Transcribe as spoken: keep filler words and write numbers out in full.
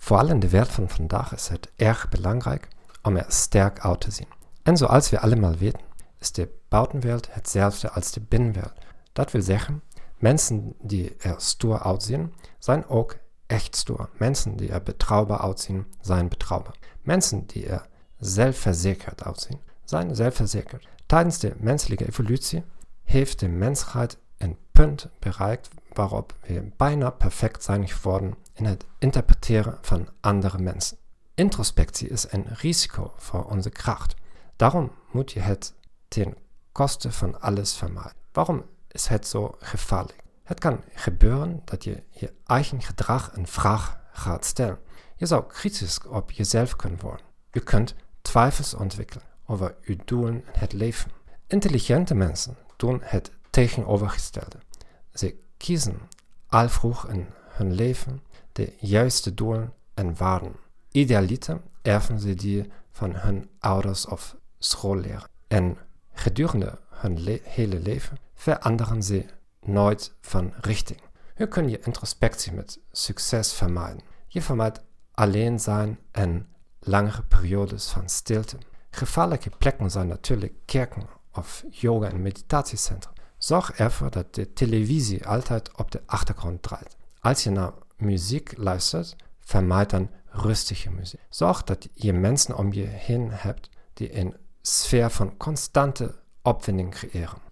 Vooral in de wereld van vandaag is het erg belangrijk om er sterk uit te zien. En zoals we allemaal weten, is de buitenwereld hetzelfde als de binnenwereld. Dat wil zeggen, mensen die er stoer uitzien, zijn ook echt stoer. Mensen die er betrouwbaar uitzien, zijn betrouwbaar. Mensen die er zelfverzekerd uitzien, zijn zelfverzekerd. Tijdens de menselijke evolutie heeft de mensheid een punt bereikt waarop we bijna perfect zijn geworden in het interpreteren van andere mensen. Introspectie is een risico voor onze kracht. Daarom moet je het ten koste van alles vermijden. Waarom is het zo gevaarlijk? Het kan gebeuren dat je je eigen gedrag een vraag gaat stellen. Je zou kritisch op jezelf kunnen worden. Je kunt twijfels ontwikkelen over uw doelen in het leven. Intelligente mensen doen het tegenovergestelde. Ze kiezen al vroeg in hun leven de juiste doelen en waarden. Idealiter erven ze die van hun ouders of schoolleraar. En gedurende hun le- hele leven veranderen ze nooit van richting. Je kunt je introspectie met succes vermijden. Je vermijdt alleen zijn en langere periodes van stilte. Gevaarlijke plekken zijn natuurlijk kerken of yoga- en meditatiecentra. Zorg ervoor dat de televisie altijd op de achtergrond draait. Als je naar muziek luistert, vermijd dan rustige muziek. Zorg dat je mensen om je heen hebt die een sfeer van constante opwinding creëren.